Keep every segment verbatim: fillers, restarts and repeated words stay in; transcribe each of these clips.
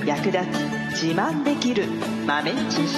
役立つ自慢できる豆知識。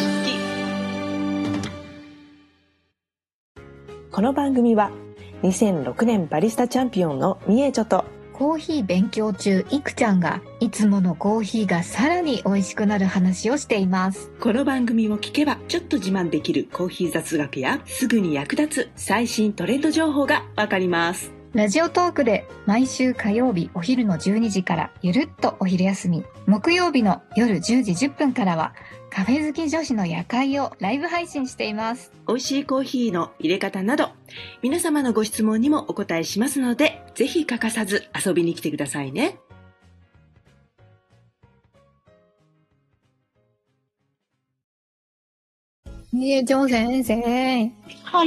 この番組はにせんろくねんバリスタチャンピオンのみえちょとコーヒー勉強中いくちゃんがいつものコーヒーがさらに美味しくなる話をしています。 この番組を聞けばちょっと自慢できるコーヒー雑学やすぐに役立つ最新トレンド情報がわかります。 ラジオトークで毎週火曜日お昼のじゅうにじからゆるっとお昼休み、木曜日の夜じゅうじじゅっぷんからはカフェ好き女子の夜会をライブ配信しています。 美味しいコーヒーの入れ方など皆様のご質問にもお答えしますので、ぜひ欠かさず遊びに来てくださいね。 みえちょ先生、 はい、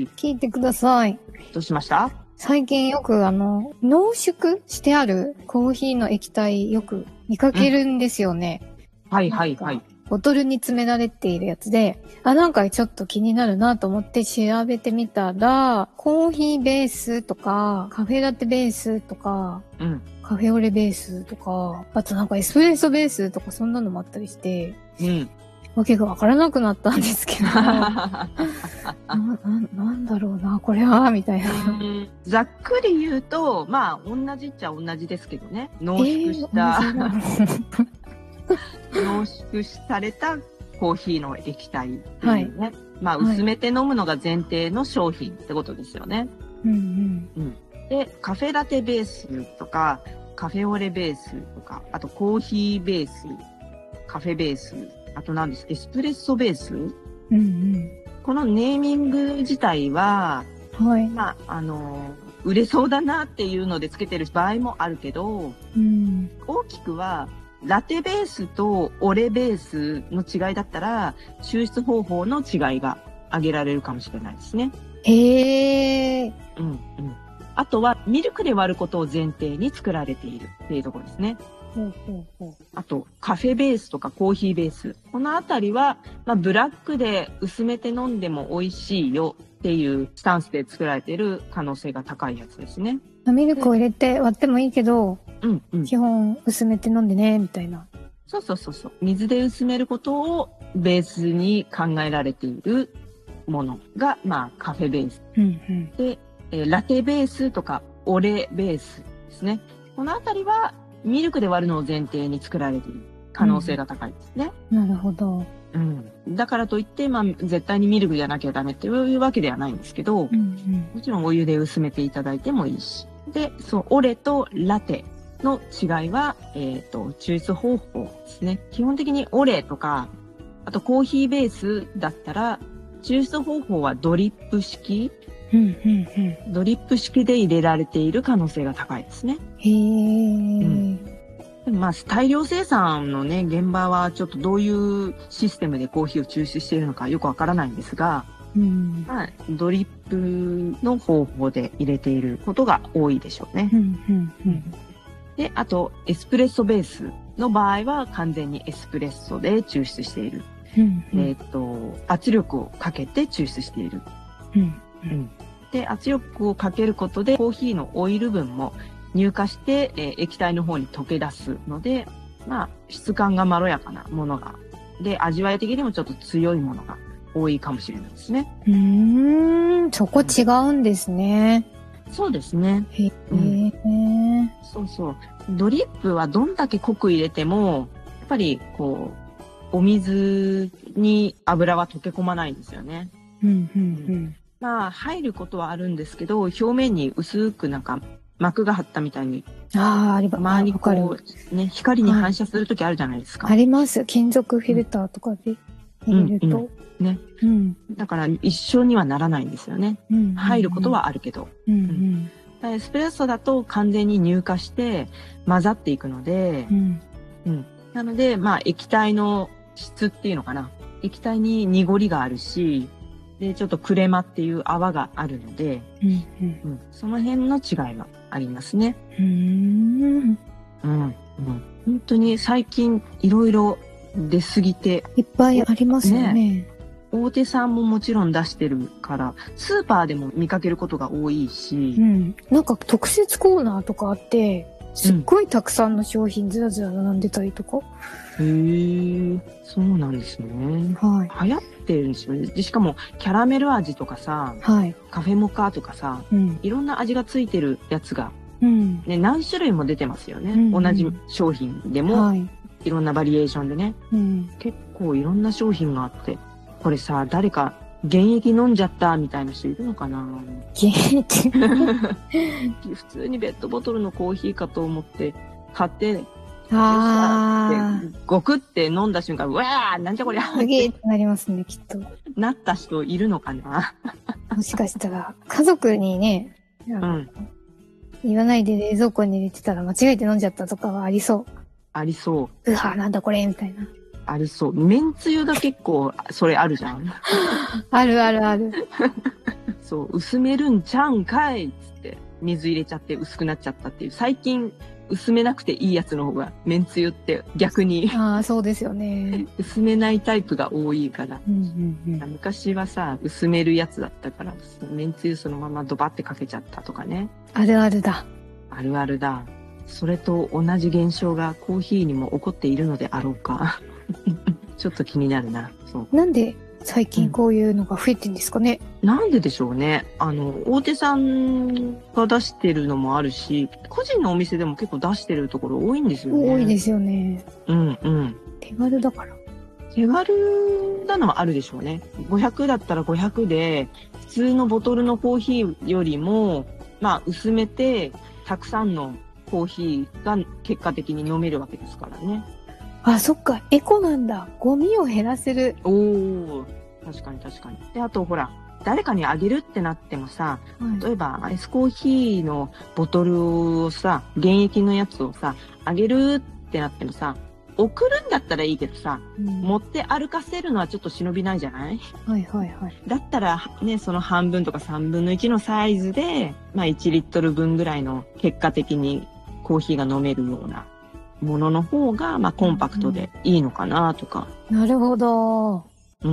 聞いてください。 どうしました？ 最近よくあの濃縮してあるコーヒーの液体よく見かけるんですよね。 うん、はいはいはい。 ボトルに詰められているやつで、あ、なんかちょっと気になるなと思って調べてみたら、コーヒーベースとか、カフェラテベースとか、うん、カフェオレベースとか、あとなんかエスプレッソベースとかそんなのもあったりして、うん、わけがわからなくなったんですけど、な, な, なんだろうな、これは、みたいな。 ざっくり言うと、まあ、同じっちゃ同じですけどね。濃縮した、えー濃縮されたコーヒーの液体っていうね、はい、まあ薄めて飲むのが前提の商品ってことですよね。うんうんうん、でカフェラテベースとかカフェオレベースとか、あとコーヒーベース、カフェベース、あと何ですエスプレッソベース、うんうん、このネーミング自体は、はい、まああの売れそうだなっていうのでつけてる場合もあるけど、うん、大きくはラテベースとオレベースの違いだったら、抽出方法の違いが挙げられるかもしれないですね。へー。うんうん。あとは、ミルクで割ることを前提に作られているっていうところですね。ほうほうほう。あと、カフェベースとかコーヒーベース。このあたりは、まあ、ブラックで薄めて飲んでも美味しいよっていうスタンスで作られている可能性が高いやつですね。 ミルクを入れて割ってもいいけど、うんうん、基本薄めて飲んでねみたいな。 そうそうそうそう。水で薄めることをベースに考えられているものが、まあカフェベース、うんうん、で、えー、ラテベースとかオレベースですね。このあたりはミルクで割るのを前提に作られている可能性が高いですね。 うん、なるほど。 うん、だからといって、まあ、絶対にミルクじゃなきゃダメっていうわけではないんですけど、うんうん、もちろんお湯で薄めていただいてもいいし。で、そう、オレとラテの違いは、えっと、抽出方法ですね。基本的にオレとか、あとコーヒーベースだったら、抽出方法はドリップ式、うんうんうん、ドリップ式で入れられている可能性が高いですね。へー。うんまあ、大量生産のね、現場はちょっとどういうシステムでコーヒーを抽出しているのかよくわからないんですが、うんまあ、ドリップの方法で入れていることが多いでしょうね。うんうんうん、で、あと、エスプレッソベースの場合は完全にエスプレッソで抽出している。うんうん、えっと、圧力をかけて抽出している。うんうん、で、圧力をかけることでコーヒーのオイル分も乳化して、えー、液体の方に溶け出すので、まあ、質感がまろやかなものが、で、味わい的にもちょっと強いものが多いかもしれないですね。 うーん、そこ違うんですね。 うん、そうですね。へえ、うん。そうそう。ドリップはどんだけ濃く入れても、やっぱり、こう、お水に油は溶け込まないんですよね。うんうんうん、まあ、入ることはあるんですけど、表面に薄くなんか、膜が張ったみたいに。ああ、あります。周りにこう、ね、光に反射するときあるじゃないですか。 はい、あります。金属フィルターとかで入れると。うんうん、 ね、うん。だから一緒にはならないんですよね。うんうんうん、入ることはあるけど。うんうん、エスプレッソだと完全に乳化して混ざっていくので、うんうん、なので、まあ液体の質っていうのかな。液体に濁りがあるし、で、ちょっとクレマっていう泡があるので、うんうんうん、その辺の違いはありますね。うーん、うん、うん。本当に最近いろいろ出すぎて。 いっぱいありますよね。ね、 大手さんももちろん出してるから、スーパーでも見かけることが多いし。 うん。なんか特設コーナーとかあって、 すっごいたくさんの商品ずらずら並んでたりとか。 へえ、そうなんですね。 はい。 流行ってるんですよね。でしかも、キャラメル味とかさ、 はい。 カフェモカとかさ、うん、いろんな味がついてるやつが、うん、ね、何種類も出てますよね。うんうん、同じ商品でも、はい、いろんなバリエーションでね、うん。結構いろんな商品があって、これさ、誰か、原液飲んじゃったみたいな人いるのかな？ 原液普通にペットボトルのコーヒーかと思って買って、 あーごくって飲んだ瞬間、うわーなんじゃこりゃすげーってなりますね、きっと。 なった人いるのかな？ もしかしたら、家族にね、うん、言わないで冷蔵庫に入れてたら間違えて飲んじゃったとかはありそう。 ありそう。 うわーなんだこれみたいな。 ありそう。めんつゆが結構、それあるじゃん。 あるあるある。 そう、薄めるんちゃうんかいっつって、水入れちゃって薄くなっちゃったっていう。最近、薄めなくていいやつの方が、めんつゆって逆に。 ああ、そうですよね。 薄めないタイプが多いから。 うんうんうん、 昔はさ、薄めるやつだったから、めんつゆそのままドバってかけちゃったとかね。 あるあるだ。 あるあるだ。それと同じ現象がコーヒーにも起こっているのであろうか。ちょっと気になるな。そう。 なんで最近こういうのが増えてんですかね、 うん、なんででしょうね。あの、大手さんが出してるのもあるし、個人のお店でも結構出してるところ多いんですよね。 多いですよね。 うんうん。 手軽だから。 手軽なのはあるでしょうね。ごひゃくだったらごひゃくで、普通のボトルのコーヒーよりも、まあ薄めて、たくさんのコーヒーが結果的に飲めるわけですからね。 あ、そっか。エコなんだ。ゴミを減らせる。 おー。確かに確かに。で、あとほら、誰かにあげるってなってもさ、はい、例えばアイスコーヒーのボトルをさ、原液のやつをさ、あげるってなってもさ、送るんだったらいいけどさ、うん、持って歩かせるのはちょっと忍びないじゃない？ はいはいはい。 だったらね、その半分とかさんぶんのいちのサイズで、まあいちリットル分ぐらいの結果的にコーヒーが飲めるようなものの方が、まあコンパクトでいいのかなとか。 うん、なるほど。 うん。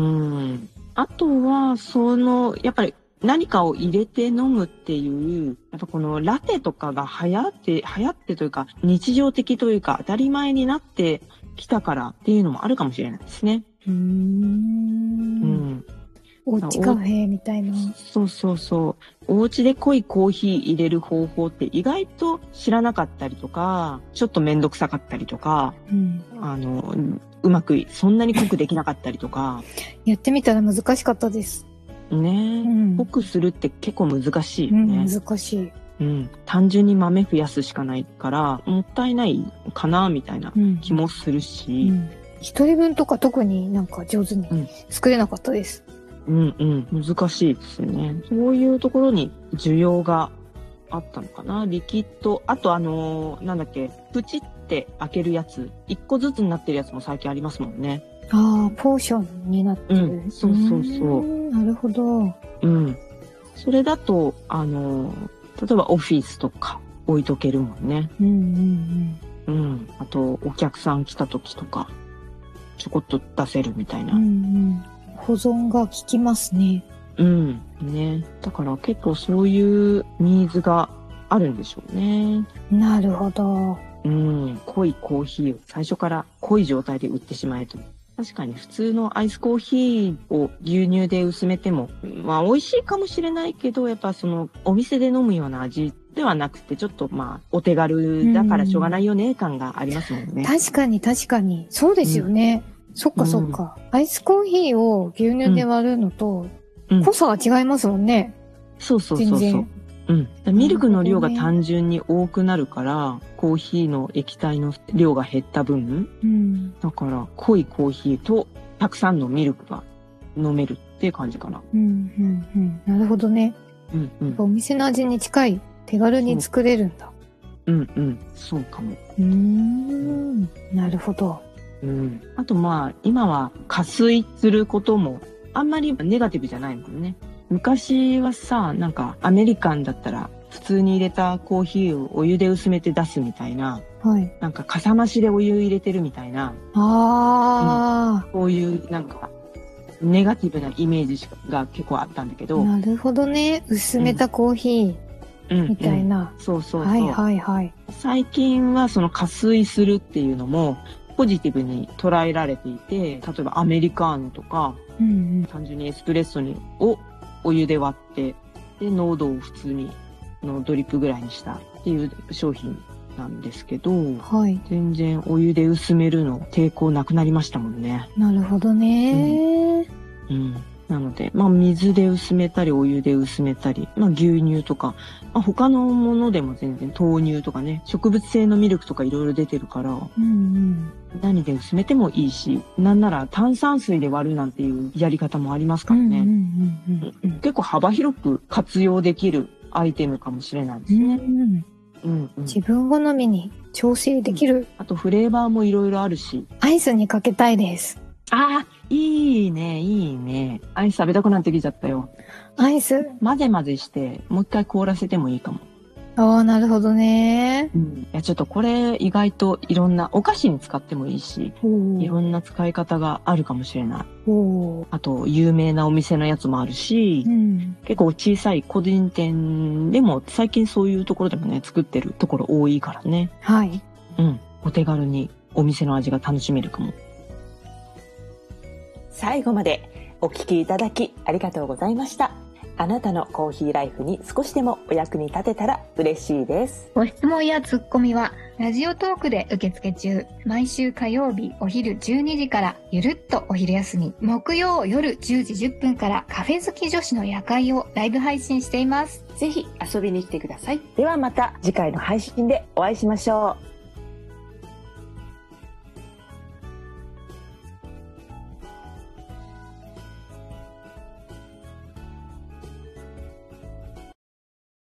あとは、その、やっぱり何かを入れて飲むっていう、やっぱこのラテとかが流行って、流行ってというか、日常的というか、当たり前になってきたからっていうのもあるかもしれないですね。 うーん。うん。おうちカフェみたいな。 そうそうそう。お家で濃いコーヒー入れる方法って意外と知らなかったりとか、ちょっとめんどくさかったりとか、うん、あの、うまく、そんなに濃くできなかったりとか。 やってみたら難しかったです。 ねえ、うん、濃くするって結構難しいよね。 うん、難しい。 うん。単純に豆増やすしかないから、もったいないかな、みたいな気もするし。 うんうん、一人分とか特になんか上手に作れなかったです。 うんうん、難しいですね。そういうところに需要があったのかな。リキッド、あとあのー、なんだっけ、プチって開けるやつ、一個ずつになってるやつも最近ありますもんね。 ああ、ポーションになってる。 うん、そうそうそう。 なるほど。 うん。それだと、あのー、例えばオフィスとか置いとけるもんね。 うんうんうん。うん。あと、お客さん来た時とか、ちょこっと出せるみたいな。 うんうん保存が効きますね。 うん。ね。だから結構そういうニーズがあるんでしょうね。 なるほど。 うん。濃いコーヒーを最初から濃い状態で売ってしまえと。確かに普通のアイスコーヒーを牛乳で薄めても、まあ美味しいかもしれないけど、やっぱそのお店で飲むような味ではなくて、ちょっとまあお手軽だからしょうがないよね感がありますもんね。 確かに確かに。そうですよね。うんそっかそっか、うん。アイスコーヒーを牛乳で割るのと、うん、濃さが違いますもんね。 そうそうそうそう。うん。ミルクの量が単純に多くなるから、ね、コーヒーの液体の量が減った分、うん、だから濃いコーヒーとたくさんのミルクが飲めるっていう感じかな。 うんうんうん。なるほどね。 うんうん。 お店の味に近い手軽に作れるんだ。 ううんうん。そうかも。 うーん。なるほど。 うん、あとまあ今は加水することもあんまりネガティブじゃないもんね。昔はさなんかアメリカンだったら普通に入れたコーヒーをお湯で薄めて出すみたいな、はい、なんかかさ増しでお湯入れてるみたいなあ、うん、こういうなんかネガティブなイメージが結構あったんだけど。 なるほどね。薄めたコーヒー、 みたいな、 うん、そうそうそう。 はいはいはい。 最近はその加水するっていうのもポジティブに捉えられていて、例えばアメリカーノとか、うんうん、単純にエスプレッソにをお湯で割って、で濃度を普通にのドリップぐらいにしたっていう商品なんですけど、はい、全然お湯で薄めるの抵抗なくなりましたもんね。 なるほどね、 うん、うんなので、まあ、水で薄めたり、お湯で薄めたり、まあ、牛乳とか、まあ、他のものでも全然、豆乳とかね、植物性のミルクとかいろいろ出てるから、うんうん、何で薄めてもいいし、なんなら炭酸水で割るなんていうやり方もありますからね。結構幅広く活用できるアイテムかもしれないですね。うんうんうんうん、自分好みに調整できる、うん。 あとフレーバーもいろいろあるし。 アイスにかけたいです。 ああ、いいね、いいね。アイス食べたくなってきちゃったよ。 アイス混ぜ混ぜして、もう一回凍らせてもいいかも。 ああ、なるほどね。 うん。いや、ちょっとこれ意外といろんな、お菓子に使ってもいいし、いろんな使い方があるかもしれない。あと、有名なお店のやつもあるし、うん、結構小さい個人店でも、最近そういうところでもね、作ってるところ多いからね。はい。うん。お手軽にお店の味が楽しめるかも。 最後までお聞きいただきありがとうございました。あなたのコーヒーライフに少しでもお役に立てたら嬉しいです。 ご質問やツッコミはラジオトークで受付中。毎週火曜日お昼じゅうにじからゆるっとお昼休み、木曜夜じゅうじじゅっぷんからカフェ好き女子の夜会をライブ配信しています。 ぜひ遊びに来てください。ではまた次回の配信でお会いしましょう。